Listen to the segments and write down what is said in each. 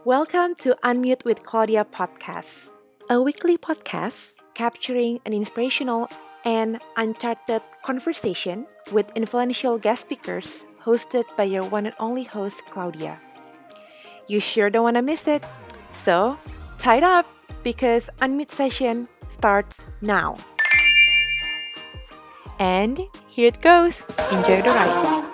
Welcome to Unmute with Claudia podcast, a weekly podcast capturing an inspirational and uncharted conversation with influential guest speakers hosted by your one and only host, Claudia. You sure don't want to miss it. So, tie it up because Unmute session starts now. And here it goes. Enjoy the ride.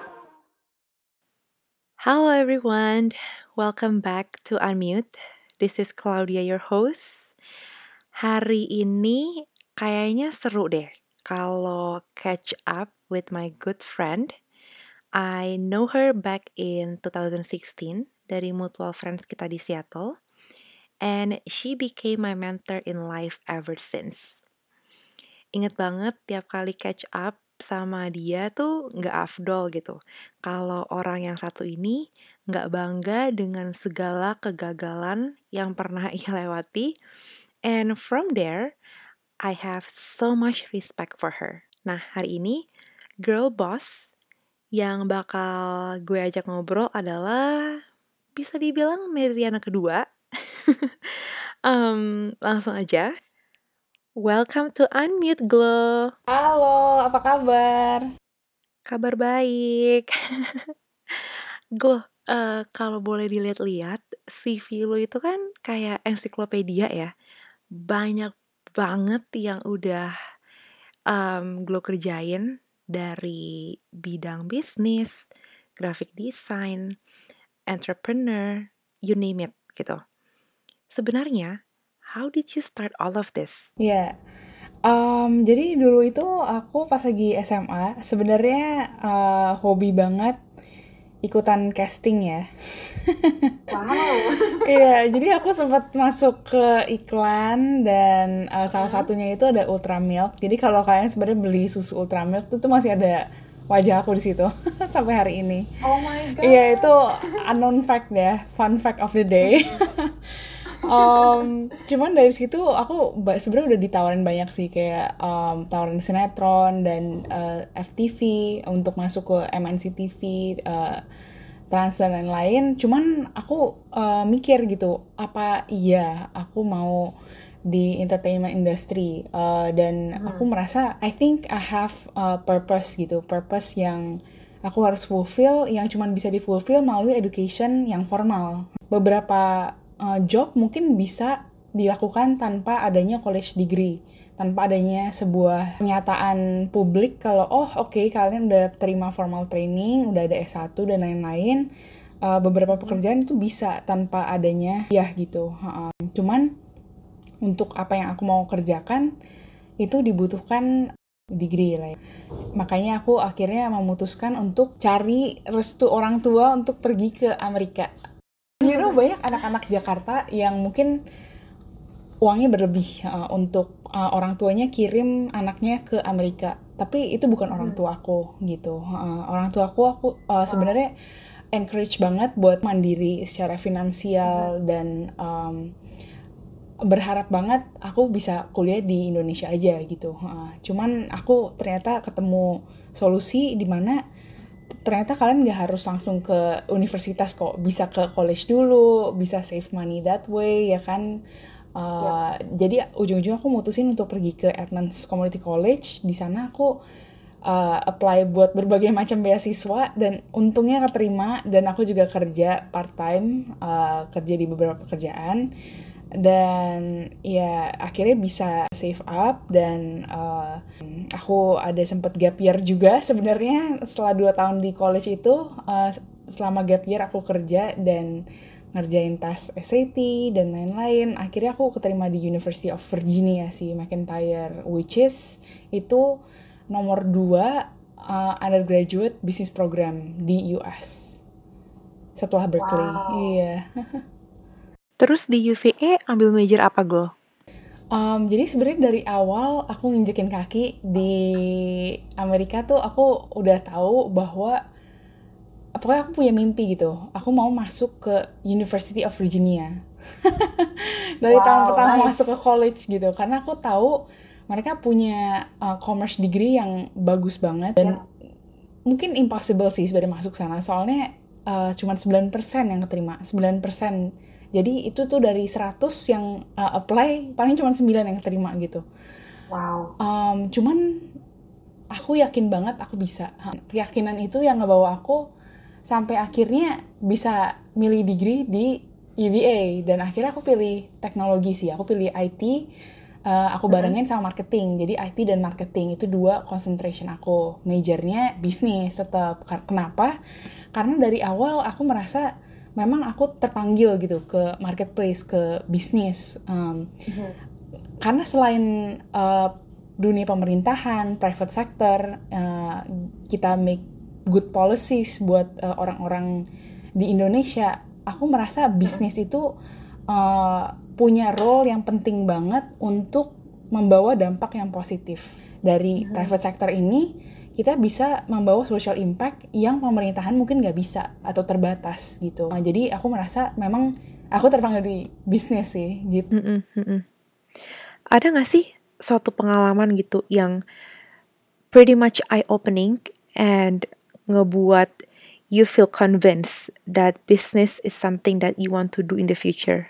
Hello everyone. Welcome back to Unmute. This is Claudia, your host. Hari ini kayaknya seru deh kalau catch up with my good friend. I know her back in 2016 dari mutual friends kita di Seattle. And she became my mentor in life ever since. Ingat banget tiap kali catch up sama dia tuh nggak afdol gitu. Kalau orang yang satu ini nggak bangga dengan segala kegagalan yang pernah ia lewati. And from there, I have so much respect for her. Nah, hari ini, girl boss yang bakal gue ajak ngobrol adalah bisa dibilang Meriana kedua. Langsung aja. Welcome to Unmute, Glo. Halo, apa kabar? Kabar baik. Glo, kalau boleh dilihat-lihat, CV lo itu kan kayak ensiklopedia ya. Banyak banget yang udah Glo kerjain dari bidang bisnis, graphic design, entrepreneur, you name it gitu. Sebenarnya, how did you start all of this? Ya, jadi dulu itu aku pas lagi SMA sebenarnya hobi banget ikutan casting ya. Wow. Iya, jadi aku sempat masuk ke iklan dan salah satunya itu ada Ultramilk. Jadi kalau kalian sebenarnya beli susu Ultramilk itu masih ada wajah aku di situ sampai hari ini. Oh my god. Iya, itu unknown fact ya, fun fact of the day. Cuman dari situ aku sebenarnya udah ditawarin banyak sih kayak tawarin sinetron dan FTV untuk masuk ke MNC TV, Trans dan lain-lain. Cuman aku mikir gitu, apa iya aku mau di entertainment industry dan aku merasa I think I have a purpose gitu, purpose yang aku harus fulfill yang cuman bisa di-fulfill melalui education yang formal. Beberapa job mungkin bisa dilakukan tanpa adanya college degree, tanpa adanya sebuah pernyataan publik kalau oke, kalian udah terima formal training, udah ada S1 dan lain-lain. Beberapa pekerjaan itu bisa tanpa adanya gitu. Cuman untuk apa yang aku mau kerjakan itu dibutuhkan degree lah ya. Makanya aku akhirnya memutuskan untuk cari restu orang tua untuk pergi ke Amerika. Banyak anak-anak Jakarta yang mungkin uangnya berlebih untuk orang tuanya kirim anaknya ke Amerika. Tapi itu bukan orang tua aku gitu. Orang tua aku sebenarnya encourage banget buat mandiri secara finansial dan berharap banget aku bisa kuliah di Indonesia aja gitu. Cuman aku ternyata ketemu solusi di mana ternyata kalian gak harus langsung ke universitas kok, bisa ke college dulu, bisa save money that way ya kan. Jadi ujung-ujungnya aku mutusin untuk pergi ke Edmonds Community College. Di sana aku apply buat berbagai macam beasiswa dan untungnya keterima, dan aku juga kerja part time, kerja di beberapa pekerjaan. Dan ya akhirnya bisa save up dan aku ada sempat gap year juga sebenarnya setelah 2 tahun di college itu. Selama gap year aku kerja dan ngerjain tes SAT dan lain-lain. Akhirnya aku keterima di University of Virginia sih, McIntyre, which is itu nomor 2 undergraduate business program di US setelah Berkeley. Wow. Iya. Terus di UVA ambil major apa, Glo? Jadi sebenarnya dari awal aku nginjekin kaki di Amerika tuh aku udah tahu bahwa pokoknya aku punya mimpi gitu. Aku mau masuk ke University of Virginia. Dari tahun pertama masuk ke college gitu. Karena aku tahu mereka punya commerce degree yang bagus banget. Dan mungkin impossible sih sebenarnya masuk sana. Soalnya cuma 9% yang keterima. 9% Jadi itu tuh dari 100 yang apply, paling cuma 9 yang terima gitu. Wow. Cuman aku yakin banget aku bisa. Keyakinan itu yang ngebawa aku sampai akhirnya bisa milih degree di UVA. Dan akhirnya aku pilih teknologi sih, aku pilih IT. Aku barengin sama marketing, jadi IT dan marketing itu 2 concentration aku. Majornya bisnis tetap. Kenapa? Karena dari awal aku merasa memang aku terpanggil gitu ke marketplace, ke bisnis. Karena selain dunia pemerintahan, private sector, kita make good policies buat orang-orang di Indonesia, aku merasa bisnis itu punya role yang penting banget untuk membawa dampak yang positif. Dari private sector ini, kita bisa membawa social impact yang pemerintahan mungkin nggak bisa atau terbatas gitu. Jadi aku merasa memang aku terpanggil di bisnis sih gitu. Ada nggak sih suatu pengalaman gitu yang pretty much eye-opening and ngebuat you feel convinced that business is something that you want to do in the future?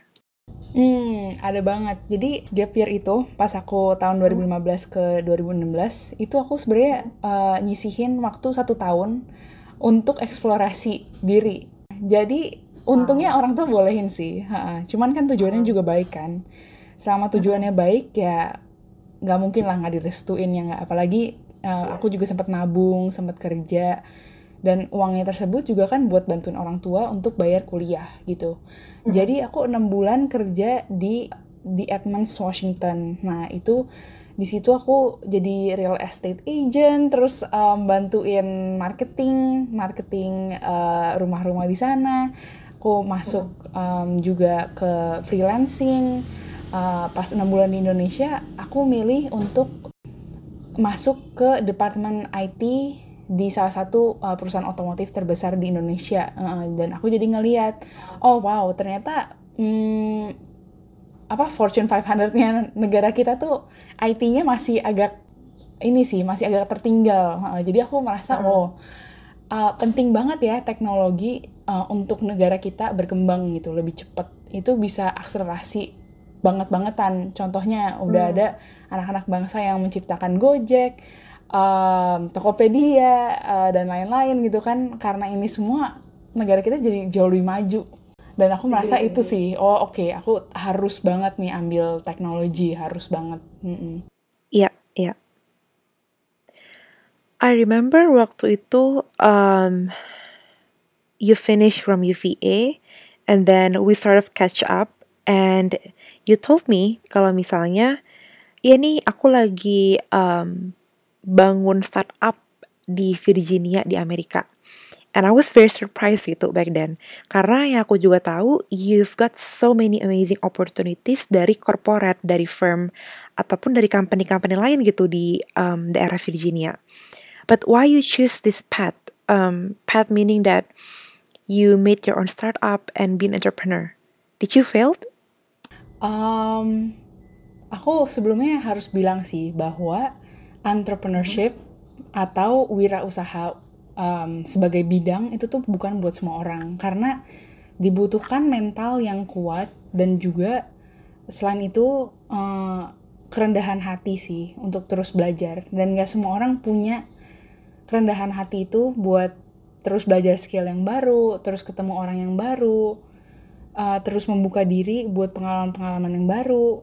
Ada banget. Jadi gap year itu pas aku tahun 2015 ke 2016 itu aku sebenarnya nyisihin waktu 1 tahun untuk eksplorasi diri. Jadi untungnya orang tuh bolehin sih. Cuman kan tujuannya juga baik kan. Selama tujuannya baik ya nggak mungkin lah nggak direstuin ya nggak. Apalagi aku juga sempat nabung, sempat kerja. Dan uangnya tersebut juga kan buat bantuin orang tua untuk bayar kuliah gitu. Jadi aku 6 bulan kerja di Edmonds, Washington. Nah itu di situ aku jadi real estate agent, terus bantuin marketing rumah-rumah di sana. Aku masuk juga ke freelancing. Pas 6 bulan di Indonesia, aku milih untuk masuk ke departemen IT di salah satu perusahaan otomotif terbesar di Indonesia. Dan aku jadi ngeliat, oh wow, ternyata Fortune 500-nya negara kita tuh IT-nya masih agak masih agak tertinggal. Jadi aku merasa, penting banget ya teknologi untuk negara kita berkembang gitu lebih cepat. Itu bisa akselerasi banget-bangetan. Contohnya udah ada anak-anak bangsa yang menciptakan Gojek, Tokopedia, dan lain-lain gitu kan. Karena ini semua negara kita jadi jauh lebih maju. Dan aku merasa itu sih, oke, aku harus banget nih ambil teknologi, harus banget. Iya, iya. I remember waktu itu you finish from UVA and then we sort of catch up and you told me kalau misalnya ya nih aku lagi bangun startup di Virginia di Amerika. And I was very surprised gitu back then. Karena yang aku juga tahu, you've got so many amazing opportunities dari corporate, dari firm, ataupun dari company-company lain gitu di daerah Virginia. But why you choose this path? Path meaning that you made your own startup and be an entrepreneur. Did you fail? Aku sebelumnya harus bilang sih bahwa entrepreneurship atau wirausaha sebagai bidang itu tuh bukan buat semua orang, karena dibutuhkan mental yang kuat dan juga selain itu kerendahan hati sih untuk terus belajar. Dan gak semua orang punya kerendahan hati itu buat terus belajar skill yang baru, terus ketemu orang yang baru, terus membuka diri buat pengalaman-pengalaman yang baru.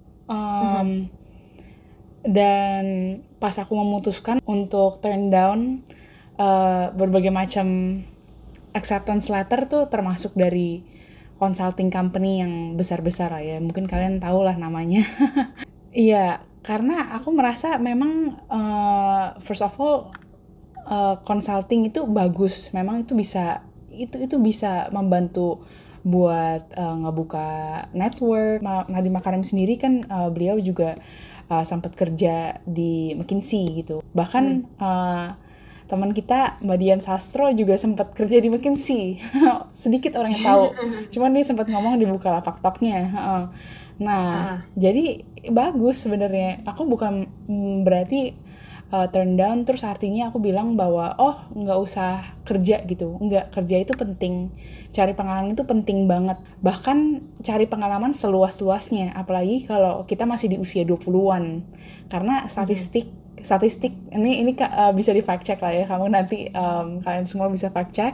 Dan pas aku memutuskan untuk turn down berbagai macam acceptance letter tuh, termasuk dari consulting company yang besar-besar lah ya, mungkin kalian tahu lah namanya. Iya, karena aku merasa memang first of all consulting itu bagus, memang itu bisa membantu buat ngebuka network. Nadiem Makarim sendiri kan beliau juga sempat kerja di McKinsey gitu. Bahkan teman kita Mbak Dian Sastro juga sempat kerja di McKinsey. Sedikit orang yang tahu. Cuman dia sempat ngomong di Bukalapak Talk-nya. Nah, jadi bagus sebenarnya. Aku bukan berarti turn down, terus artinya aku bilang bahwa oh nggak usah kerja gitu, nggak, kerja itu penting, cari pengalaman itu penting banget, bahkan cari pengalaman seluas-luasnya, apalagi kalau kita masih di usia 20-an, karena statistik ini bisa di fact check lah ya, kamu nanti kalian semua bisa fact check.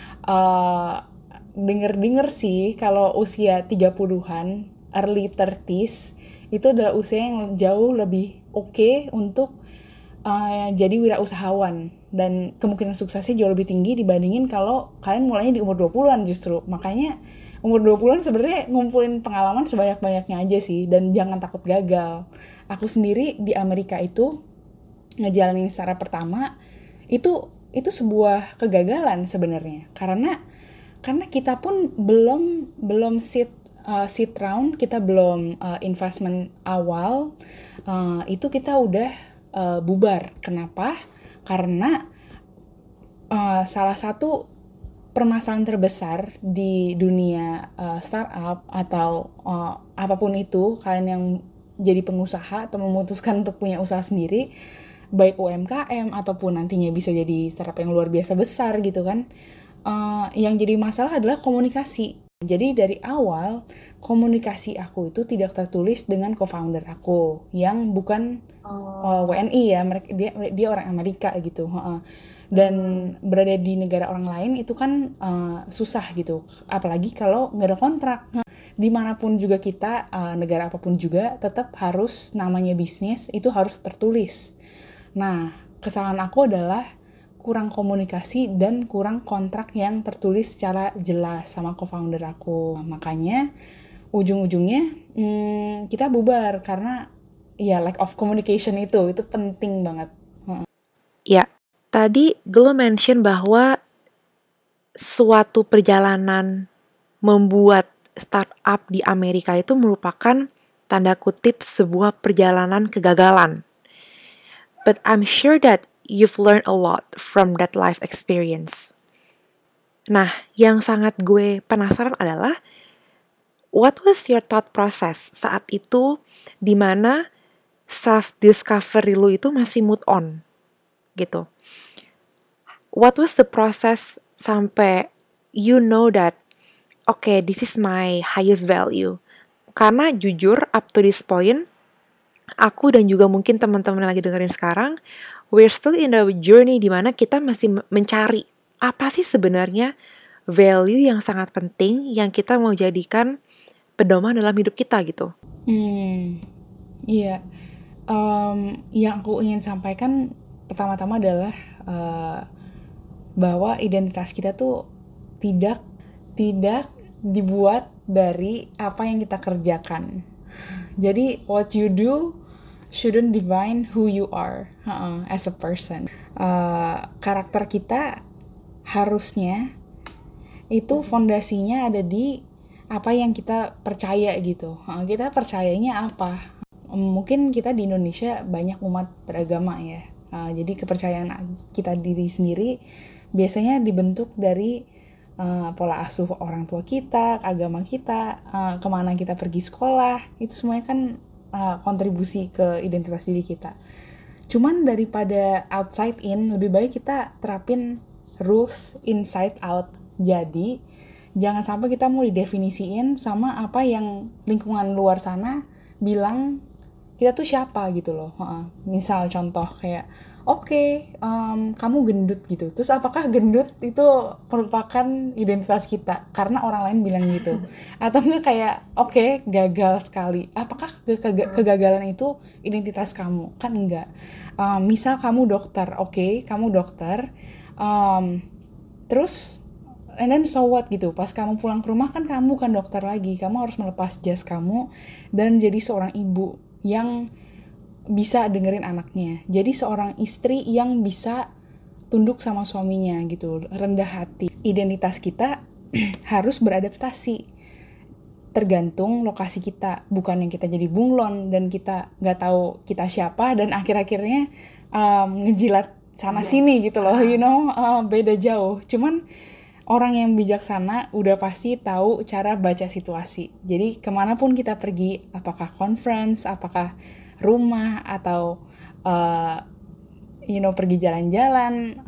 Denger sih kalau usia 30-an, early 30s itu adalah usia yang jauh lebih oke untuk jadi wirausahawan, dan kemungkinan suksesnya jauh lebih tinggi dibandingin kalau kalian mulainya di umur 20-an justru. Makanya umur 20-an sebenarnya ngumpulin pengalaman sebanyak-banyaknya aja sih, dan jangan takut gagal. Aku sendiri di Amerika itu ngejalanin secara pertama itu sebuah kegagalan sebenarnya, karena kita pun belum seed round, kita belum investment awal, itu kita udah bubar. Kenapa? Karena salah satu permasalahan terbesar di dunia startup atau apapun itu, kalian yang jadi pengusaha atau memutuskan untuk punya usaha sendiri, baik UMKM ataupun nantinya bisa jadi startup yang luar biasa besar gitu kan, yang jadi masalah adalah komunikasi. Jadi dari awal komunikasi aku itu tidak tertulis dengan co-founder aku yang bukan WNI ya, dia orang Amerika gitu, dan berada di negara orang lain itu kan susah gitu, apalagi kalau nggak ada kontrak. Dimanapun juga kita, negara apapun juga, tetap harus namanya bisnis itu harus tertulis. Nah, kesalahan aku adalah kurang komunikasi dan kurang kontrak yang tertulis secara jelas sama co-founder aku. Makanya ujung-ujungnya kita bubar karena ya lack of communication itu penting banget. Ya, tadi Glo mention bahwa suatu perjalanan membuat startup di Amerika itu merupakan tanda kutip sebuah perjalanan kegagalan. But I'm sure that you've learned a lot from that life experience. Nah, yang sangat gue penasaran adalah what was your thought process saat itu, di mana self-discovery lu itu masih move on, gitu. What was the process sampai you know that, okay, this is my highest value? Karena jujur, up to this point, aku dan juga mungkin teman-teman yang lagi dengerin sekarang, we're still in the journey di mana kita masih mencari apa sih sebenarnya value yang sangat penting yang kita mau jadikan pedoman dalam hidup kita gitu. Iya. Yang aku ingin sampaikan pertama-tama adalah bahwa identitas kita tuh tidak dibuat dari apa yang kita kerjakan. Jadi what you do shouldn't define who you are as a person. Karakter kita harusnya itu fondasinya ada di apa yang kita percaya gitu. Kita percayanya apa? Mungkin kita di Indonesia banyak umat beragama ya. Jadi kepercayaan kita diri sendiri biasanya dibentuk dari pola asuh orang tua kita, agama kita, kemana kita pergi sekolah, itu semuanya kan kontribusi ke identitas diri kita. Cuman daripada outside in, lebih baik kita terapin rules inside out. Jadi jangan sampai kita mau didefinisiin sama apa yang lingkungan luar sana bilang kita tuh siapa gitu loh. Misal contoh kayak kamu gendut gitu, terus apakah gendut itu merupakan identitas kita karena orang lain bilang gitu, atau enggak kayak gagal sekali, apakah kegagalan itu identitas kamu? Kan enggak. Misal kamu dokter, kamu dokter, terus and then so what gitu, pas kamu pulang ke rumah kan kamu bukan dokter lagi, kamu harus melepas jas kamu dan jadi seorang ibu yang bisa dengerin anaknya, jadi seorang istri yang bisa tunduk sama suaminya gitu, rendah hati. Identitas kita harus beradaptasi tergantung lokasi kita, bukan yang kita jadi bunglon dan kita nggak tahu kita siapa dan akhir-akhirnya ngejilat sana sini gitu loh, beda jauh. Cuman orang yang bijaksana udah pasti tahu cara baca situasi. Jadi kemanapun kita pergi, apakah conference, apakah rumah, atau pergi jalan-jalan,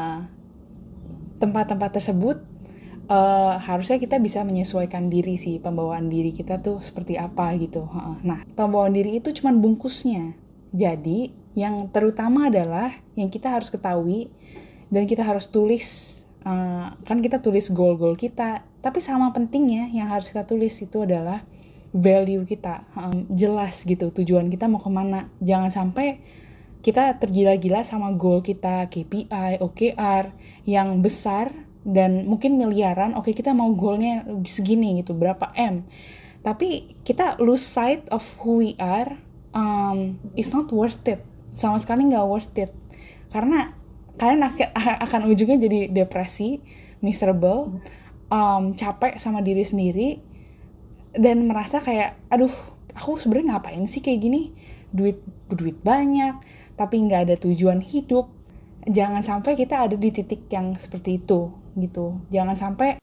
tempat-tempat tersebut harusnya kita bisa menyesuaikan diri sih, pembawaan diri kita tuh seperti apa gitu. Nah, pembawaan diri itu cuman bungkusnya. Jadi, yang terutama adalah yang kita harus ketahui dan kita harus tulis, kan kita tulis goal-goal kita, tapi sama pentingnya yang harus kita tulis itu adalah value kita. Jelas gitu tujuan kita mau kemana. Jangan sampai kita tergila-gila sama goal kita, KPI, OKR yang besar dan mungkin miliaran. Oke, kita mau goalnya segini gitu, berapa M, tapi kita lose sight of who we are. It's not worth it, sama sekali nggak worth it, karena kalian akan ujungnya jadi depresi, miserable, capek sama diri sendiri, dan merasa kayak, aduh, aku sebenarnya ngapain sih kayak gini, duit banyak tapi nggak ada tujuan hidup. Jangan sampai kita ada di titik yang seperti itu gitu. Jangan sampai.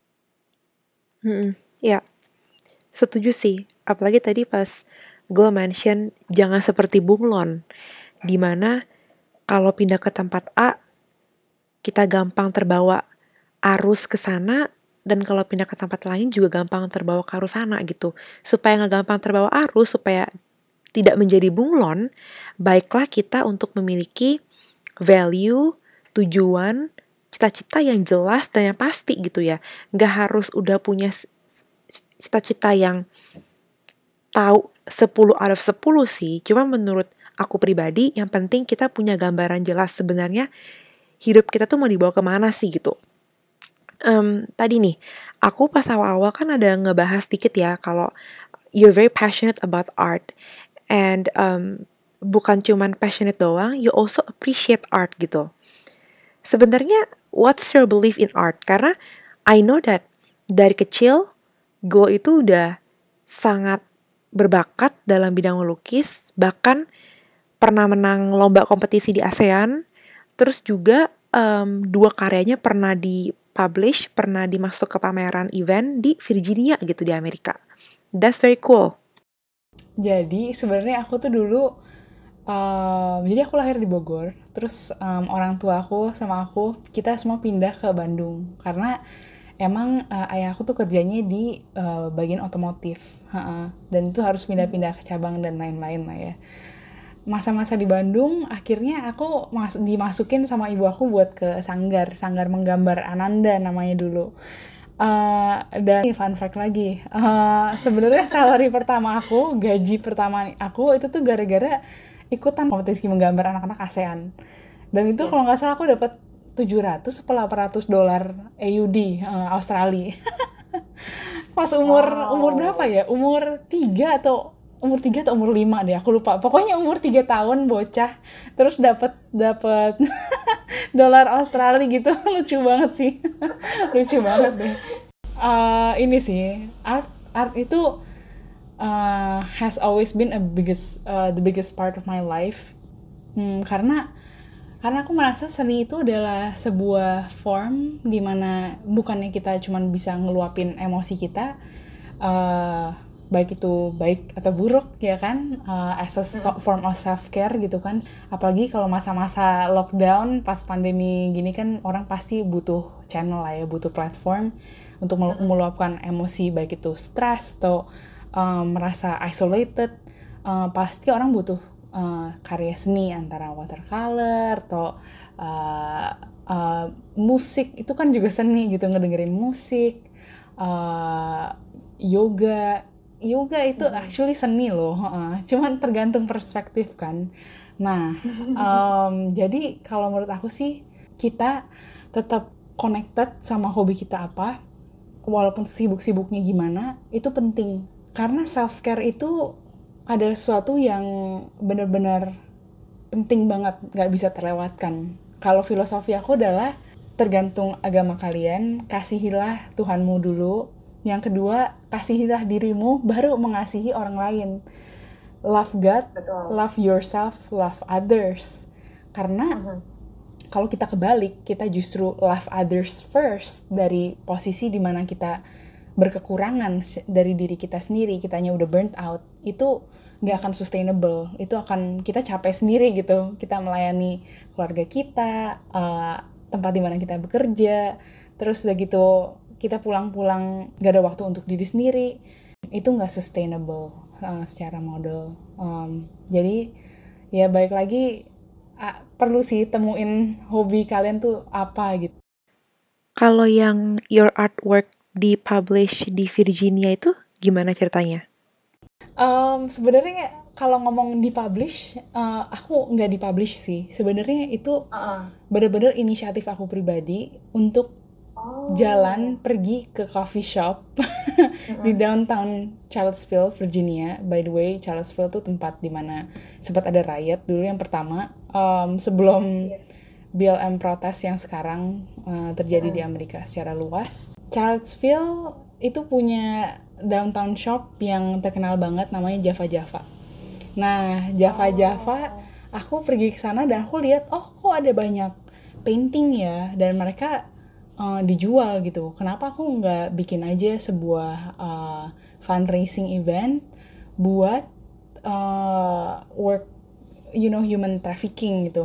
Ya, setuju sih. Apalagi tadi pas gue mention jangan seperti bunglon, dimana kalau pindah ke tempat A kita gampang terbawa arus ke sana, dan kalau pindah ke tempat lain juga gampang terbawa ke arus sana gitu. Supaya nggak gampang terbawa arus, supaya tidak menjadi bunglon, baiklah kita untuk memiliki value, tujuan, cita-cita yang jelas dan yang pasti gitu ya. Nggak harus udah punya cita-cita yang tahu 10 out of 10 sih. Cuma menurut aku pribadi, yang penting kita punya gambaran jelas sebenarnya hidup kita tuh mau dibawa kemana sih gitu. Tadi nih, aku pas awal-awal kan ada ngebahas dikit ya kalau you're very passionate about art. And bukan cuman passionate doang, you also appreciate art gitu. Sebenarnya, what's your belief in art? Karena I know that dari kecil, gue itu udah sangat berbakat dalam bidang melukis, bahkan pernah menang lomba kompetisi di ASEAN, terus juga 2 karyanya pernah dipublish, pernah dimasuk ke pameran event di Virginia gitu di Amerika. That's very cool. Jadi sebenarnya aku tuh dulu, jadi aku lahir di Bogor, terus orang tua aku sama aku, kita semua pindah ke Bandung, karena emang ayah aku tuh kerjanya di bagian otomotif, dan itu harus pindah-pindah ke cabang dan lain-lain lah ya. Masa-masa di Bandung, akhirnya aku dimasukin sama ibu aku buat ke Sanggar Menggambar Ananda namanya dulu. Dan fun fact lagi, sebenarnya salary pertama aku, gaji pertama aku itu tuh gara-gara ikutan kompetisi menggambar anak-anak ASEAN. Dan itu kalau nggak salah aku dapat $700 atau $800 AUD Australia. Pas umur berapa ya? Umur 3 atau umur 5 deh, aku lupa. Pokoknya umur 3 tahun bocah, terus dapat dolar Australia gitu. Lucu banget sih. Lucu banget deh. Ini sih, art itu has always been the biggest part of my life. Karena aku merasa seni itu adalah sebuah form dimana bukannya kita cuma bisa ngeluapin emosi kita, baik itu baik atau buruk ya kan, as a form of self care gitu kan. Apalagi kalau masa-masa lockdown pas pandemi gini kan, orang pasti butuh channel lah ya, butuh platform untuk meluapkan emosi, baik itu stres atau merasa isolated. Pasti orang butuh karya seni, antara watercolor atau musik, itu kan juga seni gitu, ngedengerin musik. Yoga itu actually seni loh, cuman tergantung perspektif kan. Nah, jadi kalau menurut aku sih, kita tetap connected sama hobi kita apa, walaupun sibuk-sibuknya gimana, itu penting. Karena self-care itu adalah sesuatu yang benar-benar penting banget, gak bisa terlewatkan. Kalau filosofi aku adalah, tergantung agama kalian, kasihilah Tuhanmu dulu. Yang kedua, kasihilah dirimu, baru mengasihi orang lain. Love God, love yourself, love others. Karena kalau kita kebalik, kita justru love others first dari posisi dimana kita berkekurangan dari diri kita sendiri, kitanya udah burnt out, itu nggak akan sustainable. Itu akan kita capek sendiri gitu. Kita melayani keluarga kita, tempat dimana kita bekerja, terus udah gitu kita pulang-pulang gak ada waktu untuk diri sendiri. Itu nggak sustainable secara model. Jadi ya balik lagi, perlu sih temuin hobi kalian tuh apa gitu. Kalau yang your artwork dipublish di Virginia itu gimana ceritanya? Sebenarnya kalau ngomong dipublish, aku nggak dipublish sih. Sebenarnya itu bener-bener inisiatif aku pribadi untuk jalan pergi ke coffee shop di downtown Charlottesville, Virginia. By the way, Charlottesville tuh tempat dimana sempat ada riot dulu yang pertama, sebelum BLM protes yang sekarang terjadi di Amerika secara luas. Charlottesville itu punya downtown shop yang terkenal banget namanya Java Java. Nah, Java Java, aku pergi ke sana dan aku lihat, oh kok ada banyak painting ya, dan mereka dijual gitu. Kenapa aku nggak bikin aja sebuah fundraising event buat work, human trafficking gitu,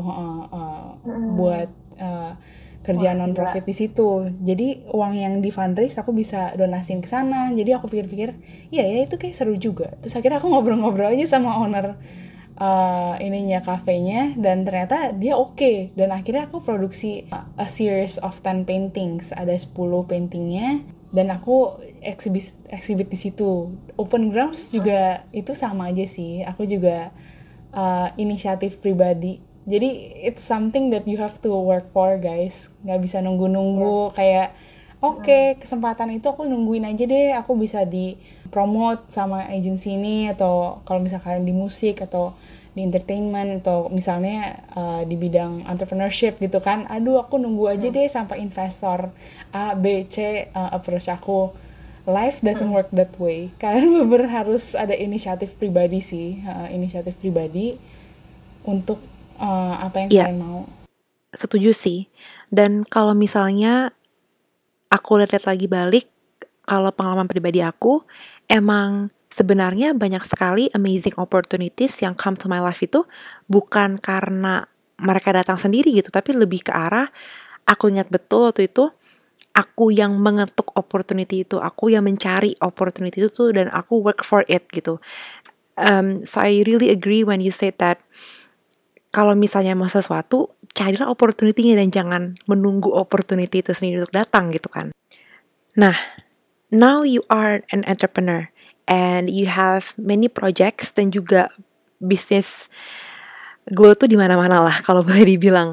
buat kerjaan non-profit di situ. Jadi uang yang di fundraise aku bisa donasiin ke sana. Jadi aku pikir-pikir, iya ya itu kayak seru juga. Terus akhirnya aku ngobrol-ngobrol aja sama owner ininya kafenya, dan ternyata dia oke. Dan akhirnya aku produksi a series of 10 paintings. Ada 10 paintingnya dan aku exhibit di situ. Open grounds juga itu sama aja sih. Aku juga inisiatif pribadi. Jadi it's something that you have to work for, guys. Nggak bisa nunggu-nunggu kayak oke, kesempatan itu aku nungguin aja deh, aku bisa di promote sama agensi ini, atau kalau misalkan di musik atau di entertainment, atau misalnya di bidang entrepreneurship gitu kan. Aduh, aku nunggu aja deh sampai investor A, B, C approach aku. Life doesn't work that way. Kalian bener harus ada inisiatif pribadi sih, inisiatif pribadi untuk apa yang kalian mau. Setuju sih. Dan kalau misalnya aku lihat lagi balik, kalau pengalaman pribadi aku, emang sebenarnya banyak sekali amazing opportunities yang come to my life itu bukan karena mereka datang sendiri gitu, tapi lebih ke arah, aku ingat betul waktu itu, aku yang mengetuk opportunity itu, aku yang mencari opportunity itu tuh, dan aku work for it gitu. So I really agree when you say that kalau misalnya mau sesuatu, carilah opportunity-nya dan jangan menunggu opportunity itu sendiri untuk datang gitu kan. Nah, now you are an entrepreneur and you have many projects dan juga bisnis Glow tuh di mana-mana lah kalau boleh dibilang.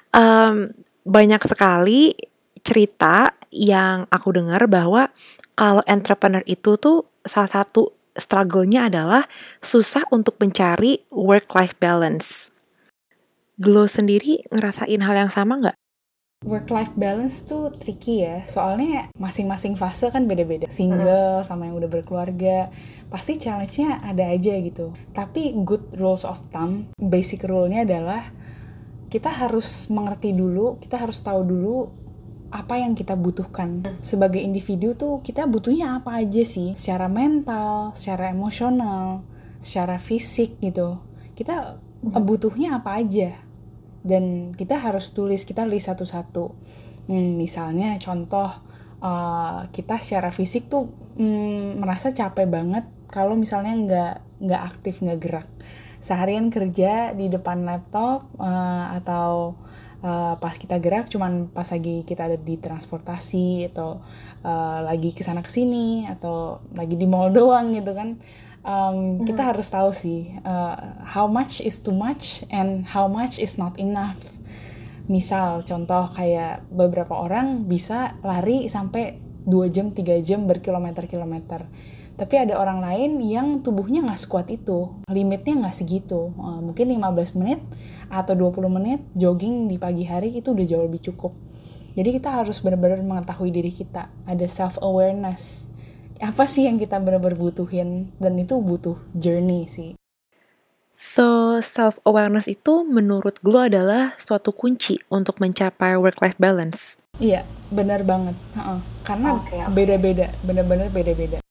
Banyak sekali cerita yang aku dengar bahwa kalau entrepreneur itu tuh salah satu struggle-nya adalah susah untuk mencari work-life balance. Glow sendiri ngerasain hal yang sama nggak? Work-life balance tuh tricky ya, soalnya masing-masing fase kan beda-beda. Single sama yang udah berkeluarga, pasti challenge-nya ada aja gitu. Tapi good rules of thumb, basic rule-nya adalah kita harus mengerti dulu, kita harus tahu dulu apa yang kita butuhkan. Sebagai individu tuh kita butuhnya apa aja sih, secara mental, secara emosional, secara fisik gitu. Kita butuhnya apa aja. Dan kita harus tulis, kita list satu-satu. Misalnya contoh, kita secara fisik tuh merasa capek banget kalau misalnya nggak aktif, nggak gerak. Seharian kerja di depan laptop, atau pas kita gerak cuman pas lagi kita ada di transportasi, atau lagi kesana kesini, atau lagi di mall doang gitu kan. Kita harus tahu sih how much is too much and how much is not enough. Misal contoh kayak beberapa orang bisa lari sampai 2 jam 3 jam berkilometer-kilometer, tapi ada orang lain yang tubuhnya gak sekuat itu, limitnya gak segitu. Mungkin 15 menit atau 20 menit jogging di pagi hari itu udah jauh lebih cukup. Jadi kita harus benar-benar mengetahui diri kita, ada self-awareness. Apa sih yang kita benar-benar butuhin, dan itu butuh journey sih. So, self-awareness itu menurut Glo adalah suatu kunci untuk mencapai work-life balance. Iya, benar banget. Karena Oke. beda-beda, benar-benar beda-beda.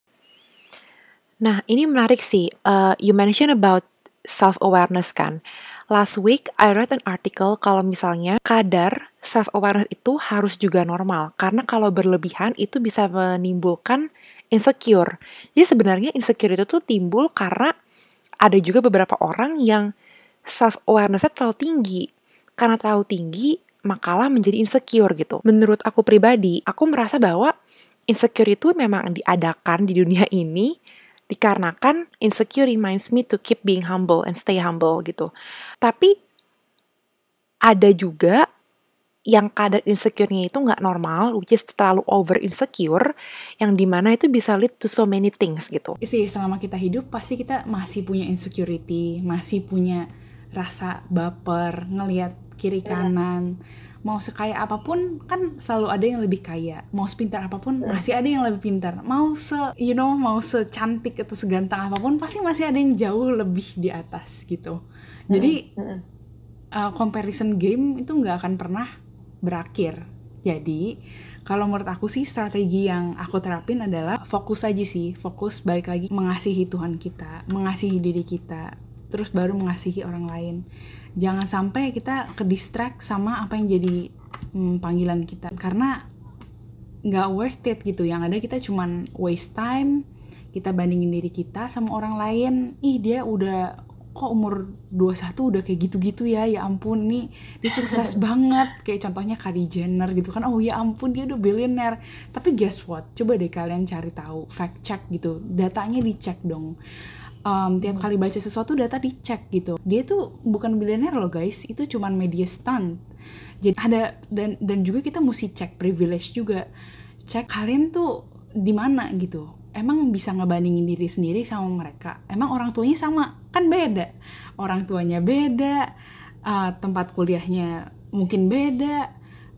Nah, ini menarik sih. You mentioned about self-awareness kan. Last week, I read an article kalau misalnya kadar self-awareness itu harus juga normal. Karena kalau berlebihan itu bisa menimbulkan insecure. Jadi sebenarnya insecure itu tuh timbul karena ada juga beberapa orang yang self-awareness-nya terlalu tinggi. Karena terlalu tinggi, makalah menjadi insecure gitu. Menurut aku pribadi, aku merasa bahwa insecure itu memang diadakan di dunia ini dikarenakan insecure reminds me to keep being humble and stay humble gitu. Tapi ada juga yang kadar insecure-nya itu nggak normal, which is terlalu over insecure, yang dimana itu bisa lead to so many things gitu. Sih, selama kita hidup pasti kita masih punya insecurity, masih punya rasa baper, ngelihat kiri kanan. Mau sekaya apapun kan selalu ada yang lebih kaya. Mau sepintar apapun masih ada yang lebih pintar. Mau mau secantik atau segantang apapun pasti masih ada yang jauh lebih di atas gitu. Jadi comparison game itu nggak akan pernah berakhir. Jadi kalau menurut aku sih strategi yang aku terapin adalah fokus aja sih, fokus balik lagi mengasihi Tuhan kita, mengasihi diri kita, terus baru mengasihi orang lain. Jangan sampai kita ke distract sama apa yang jadi panggilan kita, karena nggak worth it gitu. Yang ada kita cuman waste time, kita bandingin diri kita sama orang lain. Ih, dia udah kok umur 21 udah kayak gitu-gitu ya ampun nih dia sukses banget, kayak contohnya Kylie Jenner gitu kan, oh ya ampun dia udah billionaire. Tapi guess what, coba deh kalian cari tahu, fact check gitu, datanya dicek dong. Tiap kali baca sesuatu data dicek gitu, dia tuh bukan billionaire loh guys, itu cuman media stunt. Jadi ada dan juga kita mesti cek privilege juga, cek kalian tuh di mana gitu. Emang bisa ngebandingin diri sendiri sama mereka? Emang orang tuanya sama? Kan beda. Orang tuanya beda, tempat kuliahnya mungkin beda,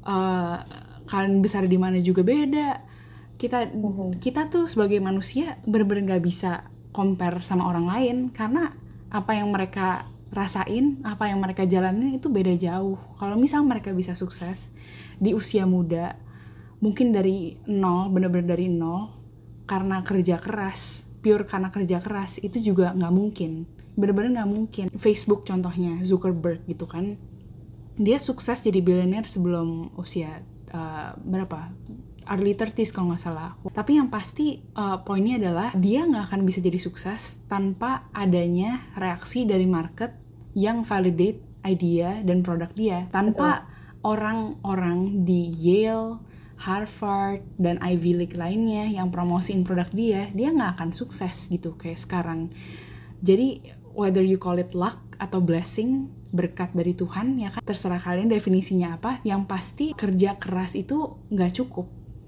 kalian besar di mana juga beda. Kita tuh sebagai manusia bener-bener gak bisa compare sama orang lain, karena apa yang mereka rasain, apa yang mereka jalanin itu beda jauh. Kalau misal mereka bisa sukses di usia muda, mungkin dari nol, bener-bener dari nol, karena kerja keras, pure karena kerja keras, itu juga nggak mungkin, bener-bener nggak mungkin. Facebook contohnya, Zuckerberg gitu kan, dia sukses jadi billionaire sebelum usia berapa? Early 30s kalau nggak salah. Tapi yang pasti poinnya adalah dia nggak akan bisa jadi sukses tanpa adanya reaksi dari market yang validate idea dan produk dia. Tanpa orang-orang di Yale, Harvard, dan Ivy League lainnya yang promosiin produk dia nggak akan sukses gitu kayak sekarang. Jadi whether you call it luck atau blessing, berkat dari Tuhan, ya kan, terserah kalian definisinya apa. Yang pasti kerja keras itu nggak cukup.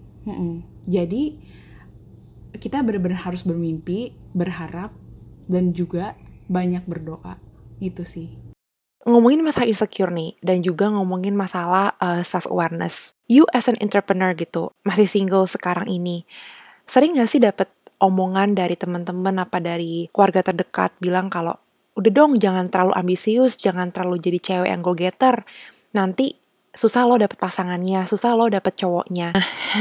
Jadi kita benar-benar harus bermimpi, berharap, dan juga banyak berdoa. Itu sih. Ngomongin masalah insecure nih, dan juga ngomongin masalah self-awareness. You as an entrepreneur gitu, masih single sekarang ini, sering gak sih dapet omongan dari teman-teman apa dari keluarga terdekat bilang kalau, udah dong jangan terlalu ambisius, jangan terlalu jadi cewek yang go-getter, nanti susah lo dapet pasangannya, susah lo dapet cowoknya.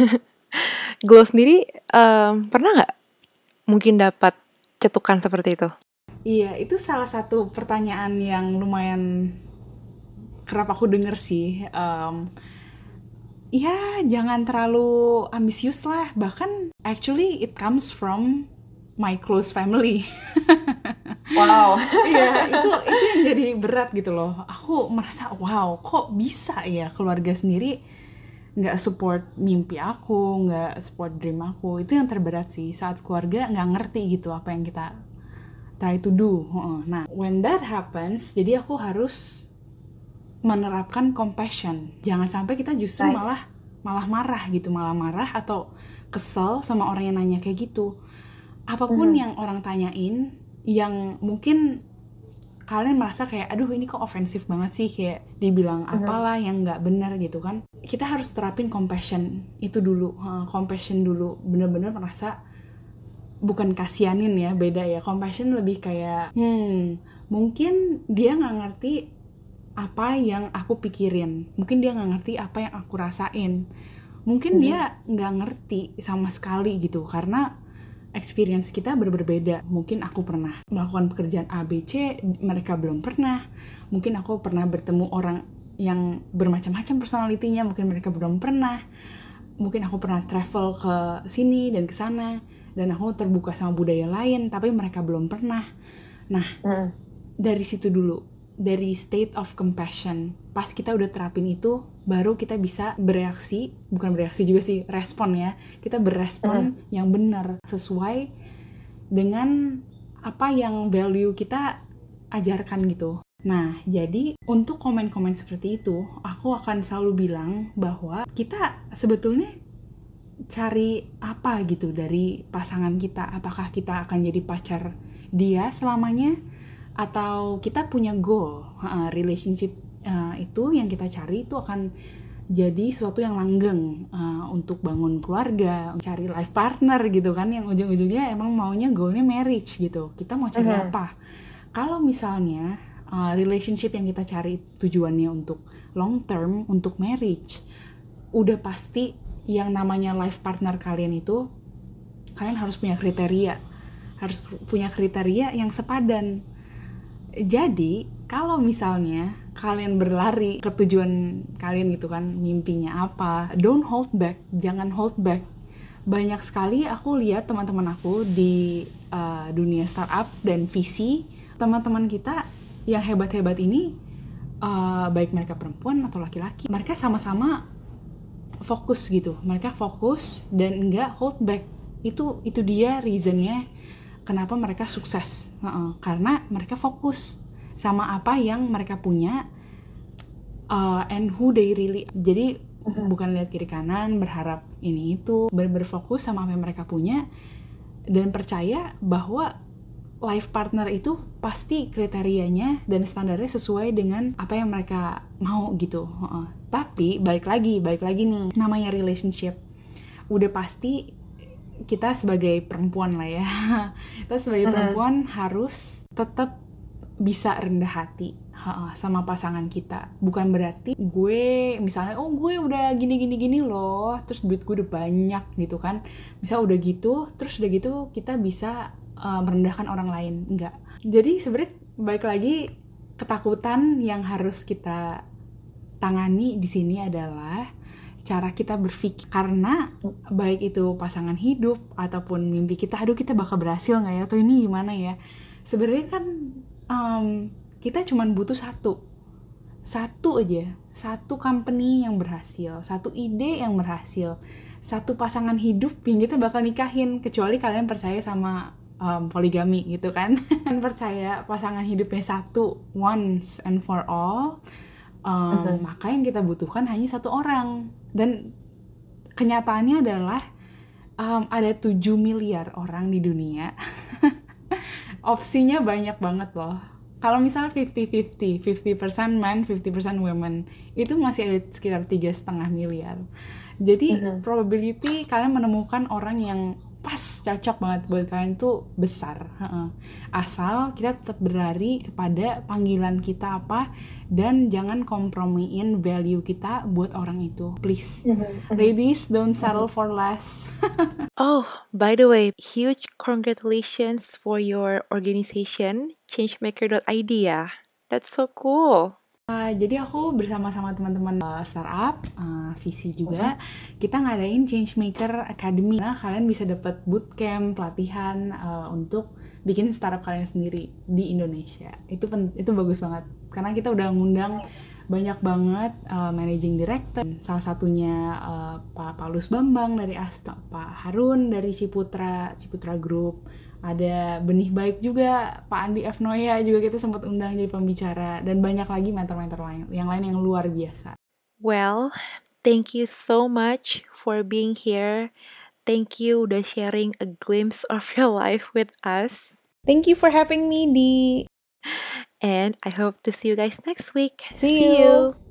Gue sendiri pernah gak mungkin dapat cetukan seperti itu? Iya, itu salah satu pertanyaan yang lumayan kerap aku denger sih. Ya, jangan terlalu ambisius lah. Bahkan, actually it comes from my close family. Wow. Iya, itu yang jadi berat gitu loh. Aku merasa, wow, kok bisa ya keluarga sendiri nggak support mimpi aku, nggak support dream aku. Itu yang terberat sih, saat keluarga nggak ngerti gitu apa yang kita try to do. Nah, when that happens, jadi aku harus menerapkan compassion. Jangan sampai kita justru malah marah gitu, malah marah atau kesel sama orang yang nanya kayak gitu. Apapun yang orang tanyain, yang mungkin kalian merasa kayak, aduh ini kok ofensif banget sih, kayak dibilang apalah yang nggak benar gitu kan. Kita harus terapin compassion itu dulu, compassion dulu, bener-bener merasa, bukan kasianin ya, beda ya. Compassion lebih kayak, Mungkin dia nggak ngerti apa yang aku pikirin, mungkin dia nggak ngerti apa yang aku rasain, mungkin dia nggak ngerti sama sekali gitu, karena experience kita berbeda. Mungkin aku pernah melakukan pekerjaan A, B, C, mereka belum pernah. Mungkin aku pernah bertemu orang yang bermacam-macam personalitinya, mungkin mereka belum pernah. Mungkin aku pernah travel ke sini dan ke sana, dan aku terbuka sama budaya lain, tapi mereka belum pernah. Nah, dari situ dulu, dari state of compassion, pas kita udah terapin itu, baru kita bisa bereaksi, bukan bereaksi juga sih, respon ya. Kita berespon yang benar, sesuai dengan apa yang value kita ajarkan gitu. Nah, jadi untuk komen-komen seperti itu, aku akan selalu bilang bahwa kita sebetulnya cari apa gitu dari pasangan kita. Apakah kita akan jadi pacar dia selamanya, atau kita punya goal, relationship itu yang kita cari itu akan jadi sesuatu yang langgeng, untuk bangun keluarga, cari life partner gitu kan, yang ujung-ujungnya emang maunya goalnya marriage gitu. Kita mau cari apa? Kalau misalnya relationship yang kita cari tujuannya untuk long term, untuk marriage, udah pasti yang namanya life partner kalian itu, kalian harus punya kriteria yang sepadan. Jadi, kalau misalnya kalian berlari ke tujuan kalian gitu kan, mimpinya apa, don't hold back, jangan hold back. Banyak sekali aku lihat teman-teman aku di dunia startup dan VC, teman-teman kita yang hebat-hebat ini, baik mereka perempuan atau laki-laki, mereka sama-sama fokus gitu, mereka fokus dan nggak hold back. Itu dia reasonnya kenapa mereka sukses, karena mereka fokus sama apa yang mereka punya, and who they really. Jadi bukan lihat kiri kanan berharap ini itu, berfokus sama apa yang mereka punya dan percaya bahwa life partner itu pasti kriterianya dan standarnya sesuai dengan apa yang mereka mau gitu. Tapi balik lagi nih, namanya relationship udah pasti kita sebagai perempuan lah ya, kita sebagai perempuan harus tetap bisa rendah hati sama pasangan kita. Bukan berarti gue misalnya, gue udah gini loh, terus duit gue udah banyak gitu kan, misal udah gitu, terus udah gitu kita bisa merendahkan orang lain. Enggak. Jadi sebenarnya balik lagi, ketakutan yang harus kita tangani di sini adalah cara kita berpikir. Karena baik itu pasangan hidup ataupun mimpi kita, kita bakal berhasil nggak ya, atau ini gimana ya, sebenarnya kan kita cuma butuh satu aja, satu company yang berhasil, satu ide yang berhasil, satu pasangan hidup yang kita bakal nikahin, kecuali kalian percaya sama poligami gitu kan. Kalian percaya pasangan hidupnya satu, once and for all, maka yang kita butuhkan hanya satu orang. Dan kenyataannya adalah ada 7 miliar orang di dunia. Opsinya banyak banget loh. Kalau misalnya 50-50 men, 50% women, itu masih ada sekitar 3,5 miliar. Jadi probability kalian menemukan orang yang pas, cocok banget buat kalian tuh besar. Asal kita tetap berlari kepada panggilan kita apa, dan jangan kompromiin value kita buat orang itu, please. Ladies, don't settle for less. Oh, by the way, huge congratulations for your organization, changemaker.id ya. That's so cool. Jadi aku bersama-sama teman-teman startup, visi juga, kita ngadain Changemaker Academy. Nah, kalian bisa dapat bootcamp, pelatihan untuk bikin startup kalian sendiri di Indonesia. Itu bagus banget, karena kita udah ngundang banyak banget managing director, salah satunya Pak Paulus Bambang dari Asta, Pak Harun dari Ciputra Group, ada Benih Baik juga, Pak Andi F. Noya juga kita sempat undang jadi pembicara, dan banyak lagi mentor-mentor lain yang luar biasa. Well, thank you so much for being here. Thank you udah sharing a glimpse of your life with us. Thank you for having me, Di. And I hope to see you guys next week. See you.